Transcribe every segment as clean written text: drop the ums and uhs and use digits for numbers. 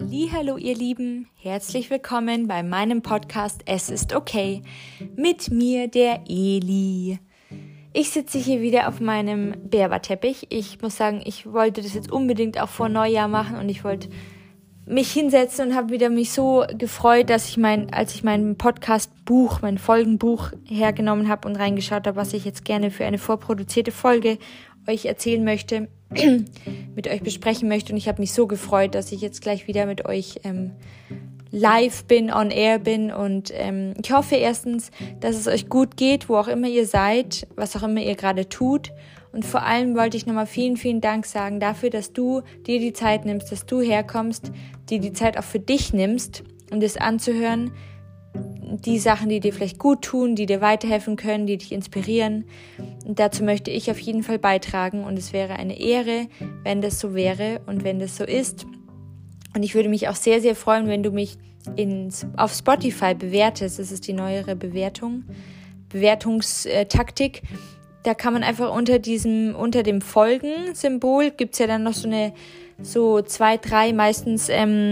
Hallihallo ihr Lieben, herzlich willkommen bei meinem Podcast Es ist okay mit mir, der Eli. Ich sitze hier wieder auf meinem Berberteppich. Ich muss sagen, ich wollte das jetzt unbedingt auch vor Neujahr machen und ich wollte mich hinsetzen und habe wieder mich so gefreut, dass als ich mein Podcast-Buch, mein Folgenbuch hergenommen habe und reingeschaut habe, was ich jetzt gerne für eine vorproduzierte Folge euch erzählen möchte, mit euch besprechen möchte. Und ich habe mich so gefreut, dass ich jetzt gleich wieder mit euch live bin, on air bin. Und ich hoffe erstens, dass es euch gut geht, wo auch immer ihr seid, was auch immer ihr gerade tut. Und vor allem wollte ich nochmal vielen, vielen Dank sagen dafür, dass du dir die Zeit nimmst, dass du herkommst, dir die Zeit auch für dich nimmst, um das anzuhören. Die Sachen, die dir vielleicht gut tun, die dir weiterhelfen können, die dich inspirieren. Und dazu möchte ich auf jeden Fall beitragen. Und es wäre eine Ehre, wenn das so wäre und wenn das so ist. Und ich würde mich auch sehr, sehr freuen, wenn du mich auf Spotify bewertest. Das ist die neuere Bewertungstaktik. Da kann man einfach unter dem Folgen-Symbol gibt's ja dann noch so 2, 3 meistens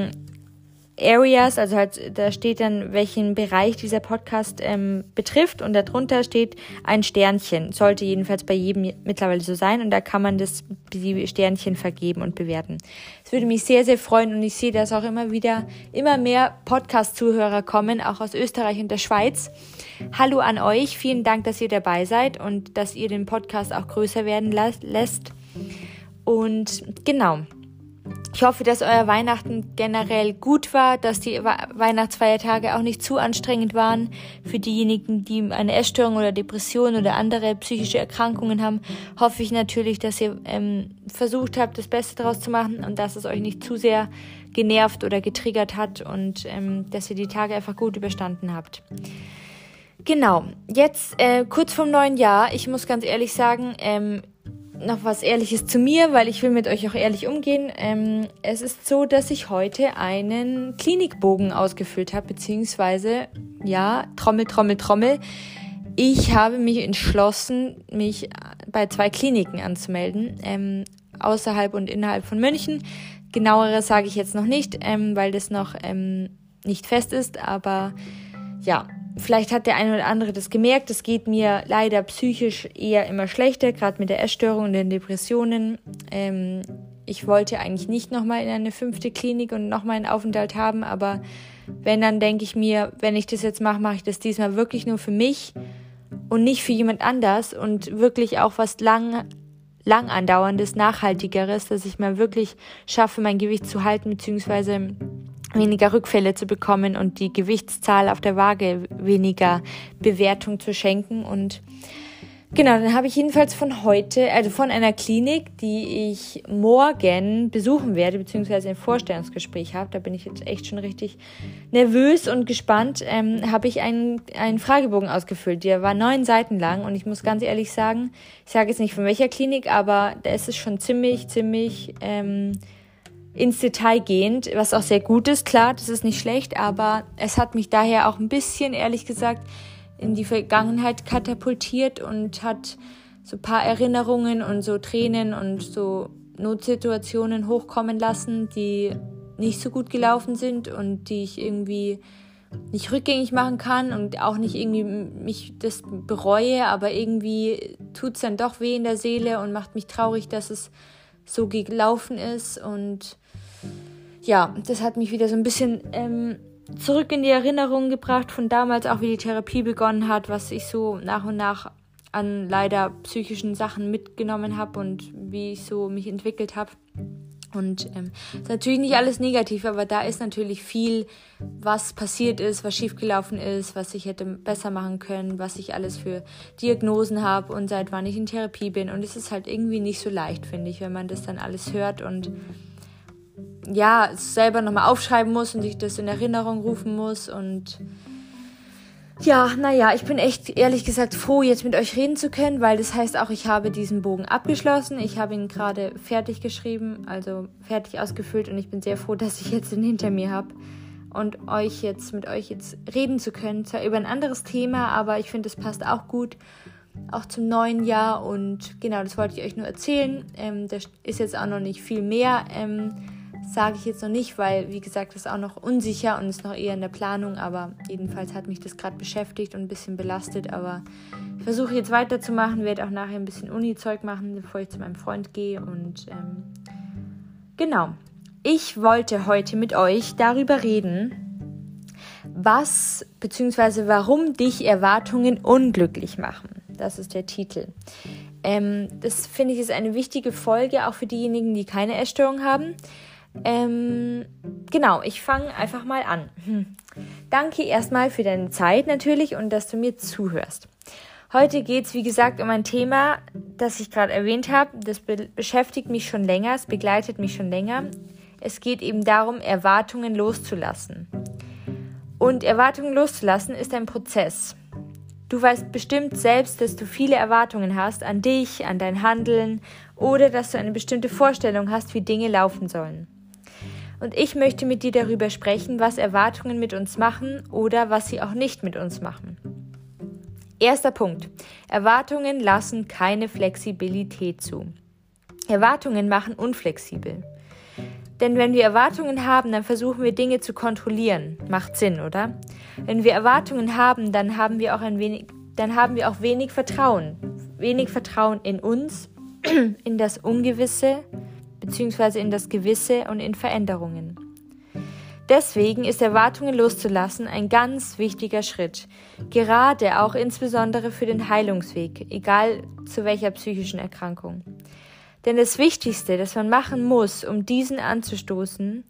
Areas, also halt, da steht dann, welchen Bereich dieser Podcast betrifft und darunter steht ein Sternchen. Sollte jedenfalls bei jedem mittlerweile so sein und da kann man die Sternchen vergeben und bewerten. Es würde mich sehr, sehr freuen und ich sehe, dass auch immer mehr Podcast-Zuhörer kommen, auch aus Österreich und der Schweiz. Hallo an euch, vielen Dank, dass ihr dabei seid und dass ihr den Podcast auch größer werden lässt. Und genau. Ich hoffe, dass euer Weihnachten generell gut war, dass die Weihnachtsfeiertage auch nicht zu anstrengend waren. Für diejenigen, die eine Essstörung oder Depression oder andere psychische Erkrankungen haben, hoffe ich natürlich, dass ihr versucht habt, das Beste daraus zu machen und dass es euch nicht zu sehr genervt oder getriggert hat und dass ihr die Tage einfach gut überstanden habt. Genau, jetzt kurz vorm neuen Jahr. Ich muss ganz ehrlich sagen, noch was Ehrliches zu mir, weil ich will mit euch auch ehrlich umgehen. Es ist so, dass ich heute einen Klinikbogen ausgefüllt habe, beziehungsweise, ja, Trommel, Trommel, Trommel. Ich habe mich entschlossen, mich bei 2 Kliniken anzumelden, außerhalb und innerhalb von München. Genaueres sage ich jetzt noch nicht, weil das noch nicht fest ist, aber ja, vielleicht hat der eine oder andere das gemerkt, es geht mir leider psychisch eher immer schlechter, gerade mit der Essstörung und den Depressionen. Ich wollte eigentlich nicht nochmal in eine 5. Klinik und nochmal einen Aufenthalt haben, aber wenn, dann denke ich mir, wenn ich das jetzt mache, mache ich das diesmal wirklich nur für mich und nicht für jemand anders und wirklich auch was lang andauerndes, nachhaltigeres, dass ich mal wirklich schaffe, mein Gewicht zu halten, beziehungsweise weniger Rückfälle zu bekommen und die Gewichtszahl auf der Waage weniger Bewertung zu schenken. Und genau, dann habe ich jedenfalls von einer Klinik, die ich morgen besuchen werde, beziehungsweise ein Vorstellungsgespräch habe, da bin ich jetzt echt schon richtig nervös und gespannt, habe ich einen Fragebogen ausgefüllt. Der war 9 Seiten lang und ich muss ganz ehrlich sagen, ich sage jetzt nicht von welcher Klinik, aber da ist es schon ziemlich ins Detail gehend, was auch sehr gut ist, klar, das ist nicht schlecht, aber es hat mich daher auch ein bisschen, ehrlich gesagt, in die Vergangenheit katapultiert und hat so ein paar Erinnerungen und so Tränen und so Notsituationen hochkommen lassen, die nicht so gut gelaufen sind und die ich irgendwie nicht rückgängig machen kann und auch nicht irgendwie mich das bereue, aber irgendwie tut's dann doch weh in der Seele und macht mich traurig, dass es so gelaufen ist und ja, das hat mich wieder so ein bisschen zurück in die Erinnerung gebracht von damals, auch wie die Therapie begonnen hat, was ich so nach und nach an leider psychischen Sachen mitgenommen habe und wie ich so mich entwickelt habe. Und ist natürlich nicht alles negativ, aber da ist natürlich viel, was passiert ist, was schiefgelaufen ist, was ich hätte besser machen können, was ich alles für Diagnosen habe und seit wann ich in Therapie bin. Und es ist halt irgendwie nicht so leicht, finde ich, wenn man das dann alles hört und ja, es selber nochmal aufschreiben muss und sich das in Erinnerung rufen muss. Und ja, naja, ich bin echt ehrlich gesagt froh, jetzt mit euch reden zu können, weil das heißt auch, ich habe diesen Bogen abgeschlossen. Ich habe ihn gerade fertig geschrieben, also fertig ausgefüllt und ich bin sehr froh, dass ich jetzt ihn hinter mir habe und mit euch jetzt reden zu können. Zwar über ein anderes Thema, aber ich finde, es passt auch gut, auch zum neuen Jahr und genau, das wollte ich euch nur erzählen. Da ist jetzt auch noch nicht viel mehr sage ich jetzt noch nicht, weil, wie gesagt, das ist auch noch unsicher und ist noch eher in der Planung, aber jedenfalls hat mich das gerade beschäftigt und ein bisschen belastet, aber ich versuche jetzt weiterzumachen, werde auch nachher ein bisschen Uni-Zeug machen, bevor ich zu meinem Freund gehe und genau. Ich wollte heute mit euch darüber reden, was bzw. warum dich Erwartungen unglücklich machen. Das ist der Titel. Das finde ich ist eine wichtige Folge, auch für diejenigen, die keine Essstörung haben. Genau, ich fange einfach mal an. Danke erstmal für deine Zeit natürlich und dass du mir zuhörst. Heute geht es, wie gesagt, um ein Thema, das ich gerade erwähnt habe. Das beschäftigt mich schon länger, es begleitet mich schon länger. Es geht eben darum, Erwartungen loszulassen. Und Erwartungen loszulassen ist ein Prozess. Du weißt bestimmt selbst, dass du viele Erwartungen hast an dich, an dein Handeln oder dass du eine bestimmte Vorstellung hast, wie Dinge laufen sollen. Und ich möchte mit dir darüber sprechen, was Erwartungen mit uns machen oder was sie auch nicht mit uns machen. Erster Punkt. Erwartungen lassen keine Flexibilität zu. Erwartungen machen unflexibel. Denn wenn wir Erwartungen haben, dann versuchen wir Dinge zu kontrollieren. Macht Sinn, oder? Wenn wir Erwartungen haben, dann haben wir auch wenig Vertrauen. Wenig Vertrauen in uns, in das Ungewisse, beziehungsweise in das Gewisse und in Veränderungen. Deswegen ist Erwartungen loszulassen ein ganz wichtiger Schritt. Gerade auch insbesondere für den Heilungsweg, egal zu welcher psychischen Erkrankung. Denn das Wichtigste, das man machen muss, um diesen anzustoßen,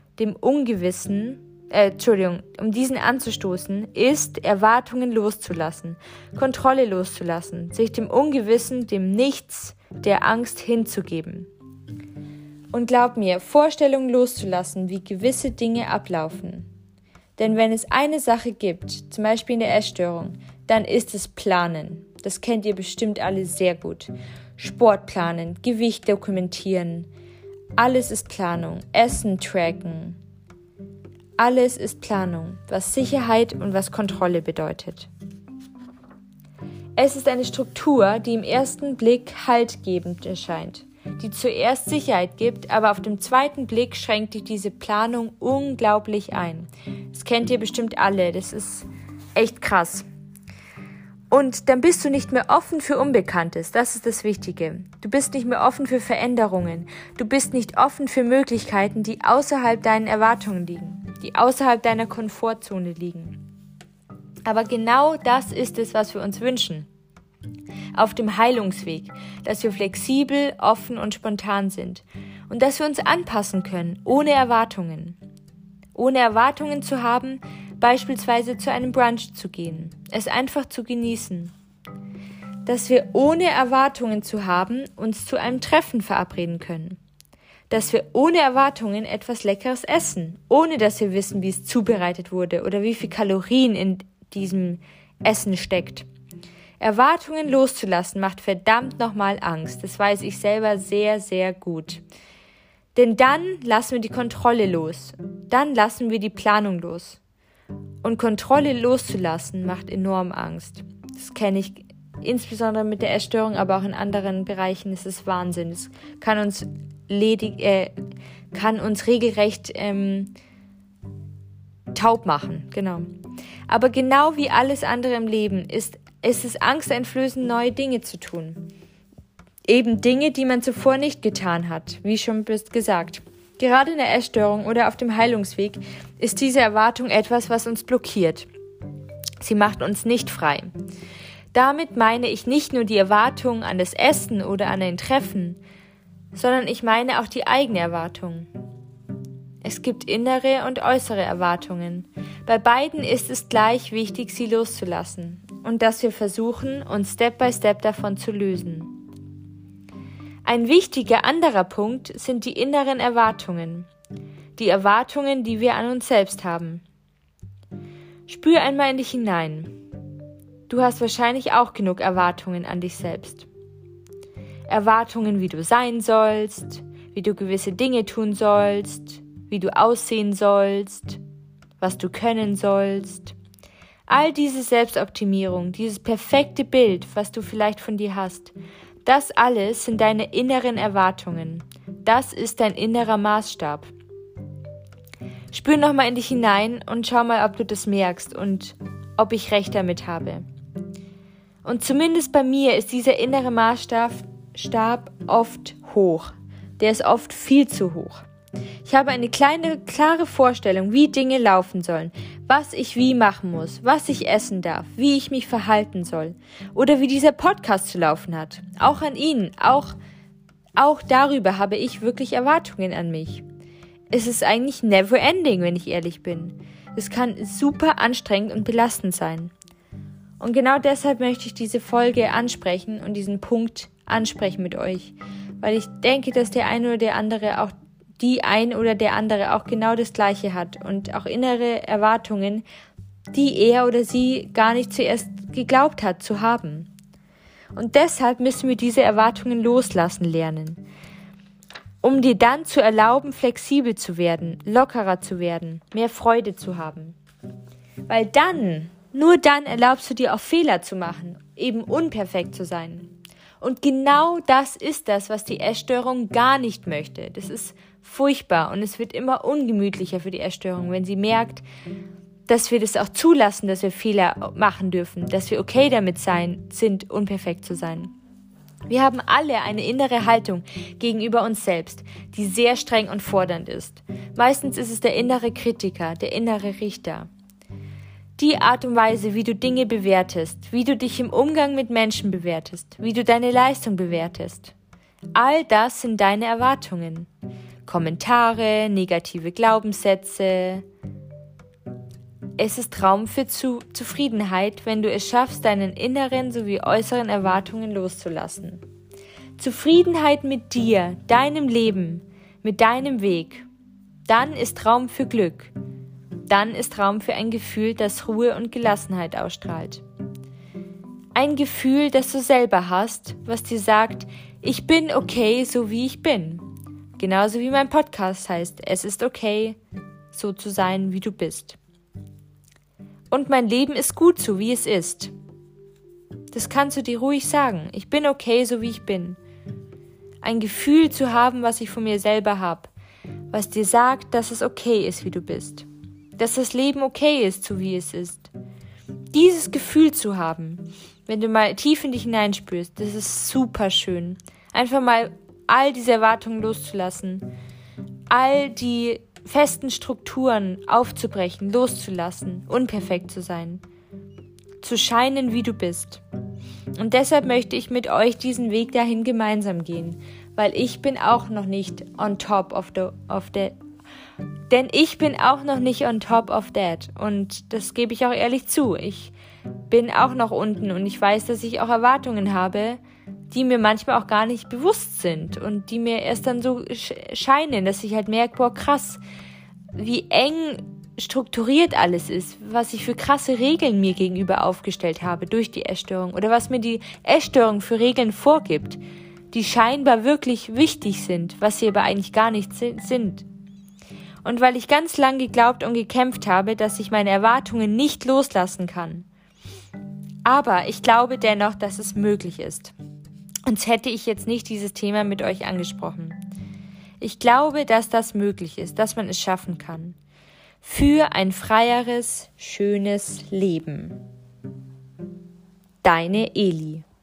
ist, Erwartungen loszulassen, Kontrolle loszulassen, sich dem Ungewissen, dem Nichts, der Angst hinzugeben. Und glaub mir, Vorstellungen loszulassen, wie gewisse Dinge ablaufen. Denn wenn es eine Sache gibt, zum Beispiel in der Essstörung, dann ist es Planen. Das kennt ihr bestimmt alle sehr gut. Sport planen, Gewicht dokumentieren, alles ist Planung, Essen tracken, alles ist Planung, was Sicherheit und was Kontrolle bedeutet. Es ist eine Struktur, die im ersten Blick haltgebend erscheint, die zuerst Sicherheit gibt, aber auf dem zweiten Blick schränkt dich diese Planung unglaublich ein. Das kennt ihr bestimmt alle, das ist echt krass. Und dann bist du nicht mehr offen für Unbekanntes, das ist das Wichtige. Du bist nicht mehr offen für Veränderungen. Du bist nicht offen für Möglichkeiten, die außerhalb deinen Erwartungen liegen, die außerhalb deiner Komfortzone liegen. Aber genau das ist es, was wir uns wünschen. Auf dem Heilungsweg, dass wir flexibel, offen und spontan sind und dass wir uns anpassen können, ohne Erwartungen. Ohne Erwartungen zu haben, beispielsweise zu einem Brunch zu gehen, es einfach zu genießen. Dass wir ohne Erwartungen zu haben, uns zu einem Treffen verabreden können. Dass wir ohne Erwartungen etwas Leckeres essen, ohne dass wir wissen, wie es zubereitet wurde oder wie viel Kalorien in diesem Essen steckt. Erwartungen loszulassen macht verdammt nochmal Angst, das weiß ich selber sehr, sehr gut. Denn dann lassen wir die Kontrolle los, dann lassen wir die Planung los. Und Kontrolle loszulassen macht enorm Angst. Das kenne ich insbesondere mit der Essstörung, aber auch in anderen Bereichen ist es Wahnsinn. Es kann uns regelrecht taub machen, genau. Aber genau wie alles andere im Leben ist es angsteinflößend, neue Dinge zu tun. Eben Dinge, die man zuvor nicht getan hat, wie schon gesagt. Gerade in der Essstörung oder auf dem Heilungsweg ist diese Erwartung etwas, was uns blockiert. Sie macht uns nicht frei. Damit meine ich nicht nur die Erwartung an das Essen oder an ein Treffen, sondern ich meine auch die eigene Erwartung. Es gibt innere und äußere Erwartungen. Bei beiden ist es gleich wichtig, sie loszulassen und dass wir versuchen, uns Step by Step davon zu lösen. Ein wichtiger anderer Punkt sind die inneren Erwartungen. Die Erwartungen, die wir an uns selbst haben. Spür einmal in dich hinein. Du hast wahrscheinlich auch genug Erwartungen an dich selbst. Erwartungen, wie du sein sollst, wie du gewisse Dinge tun sollst, wie du aussehen sollst, was du können sollst. All diese Selbstoptimierung, dieses perfekte Bild, was du vielleicht von dir hast, das alles sind deine inneren Erwartungen. Das ist dein innerer Maßstab. Spür nochmal in dich hinein und schau mal, ob du das merkst und ob ich recht damit habe. Und zumindest bei mir ist dieser innere Maßstab oft hoch. Der ist oft viel zu hoch. Ich habe eine klare Vorstellung, wie Dinge laufen sollen, was ich wie machen muss, was ich essen darf, wie ich mich verhalten soll oder wie dieser Podcast zu laufen hat. Auch an ihn, auch darüber habe ich wirklich Erwartungen an mich. Es ist eigentlich never ending, wenn ich ehrlich bin. Es kann super anstrengend und belastend sein. Und genau deshalb möchte ich diese Folge ansprechen und diesen Punkt ansprechen mit euch, weil ich denke, dass die ein oder der andere auch genau das Gleiche hat und auch innere Erwartungen, die er oder sie gar nicht zuerst geglaubt hat zu haben. Und deshalb müssen wir diese Erwartungen loslassen lernen, um dir dann zu erlauben, flexibel zu werden, lockerer zu werden, mehr Freude zu haben. Weil nur dann erlaubst du dir auch Fehler zu machen, eben unperfekt zu sein. Und genau das ist das, was die Essstörung gar nicht möchte. Das ist furchtbar und es wird immer ungemütlicher für die Essstörung, wenn sie merkt, dass wir das auch zulassen, dass wir Fehler machen dürfen, dass wir okay damit sind, unperfekt zu sein. Wir haben alle eine innere Haltung gegenüber uns selbst, die sehr streng und fordernd ist. Meistens ist es der innere Kritiker, der innere Richter. Die Art und Weise, wie du Dinge bewertest, wie du dich im Umgang mit Menschen bewertest, wie du deine Leistung bewertest. All das sind deine Erwartungen. Kommentare, negative Glaubenssätze. Es ist Raum für Zufriedenheit, wenn du es schaffst, deinen inneren sowie äußeren Erwartungen loszulassen. Zufriedenheit mit dir, deinem Leben, mit deinem Weg. Dann ist Raum für Glück. Dann ist Raum für ein Gefühl, das Ruhe und Gelassenheit ausstrahlt. Ein Gefühl, das du selber hast, was dir sagt, ich bin okay, so wie ich bin. Genauso wie mein Podcast heißt, es ist okay, so zu sein, wie du bist. Und mein Leben ist gut so, wie es ist. Das kannst du dir ruhig sagen. Ich bin okay, so wie ich bin. Ein Gefühl zu haben, was ich von mir selber habe, was dir sagt, dass es okay ist, wie du bist. Dass das Leben okay ist, so wie es ist. Dieses Gefühl zu haben, wenn du mal tief in dich hineinspürst, das ist super schön. Einfach mal all diese Erwartungen loszulassen, all die festen Strukturen aufzubrechen, loszulassen, unperfekt zu sein, zu scheinen, wie du bist. Und deshalb möchte ich mit euch diesen Weg dahin gemeinsam gehen, weil ich bin auch noch nicht on top of that. Denn ich bin auch noch nicht on top of that. Und das gebe ich auch ehrlich zu. Ich bin auch noch unten und ich weiß, dass ich auch Erwartungen habe, die mir manchmal auch gar nicht bewusst sind und die mir erst dann so scheinen, dass ich halt merke, boah, krass, wie eng strukturiert alles ist, was ich für krasse Regeln mir gegenüber aufgestellt habe durch die Essstörung oder was mir die Essstörung für Regeln vorgibt, die scheinbar wirklich wichtig sind, was sie aber eigentlich gar nicht sind. Und weil ich ganz lang geglaubt und gekämpft habe, dass ich meine Erwartungen nicht loslassen kann. Aber ich glaube dennoch, dass es möglich ist. Sonst hätte ich jetzt nicht dieses Thema mit euch angesprochen. Ich glaube, dass das möglich ist, dass man es schaffen kann. Für ein freieres, schönes Leben. Deine Eli.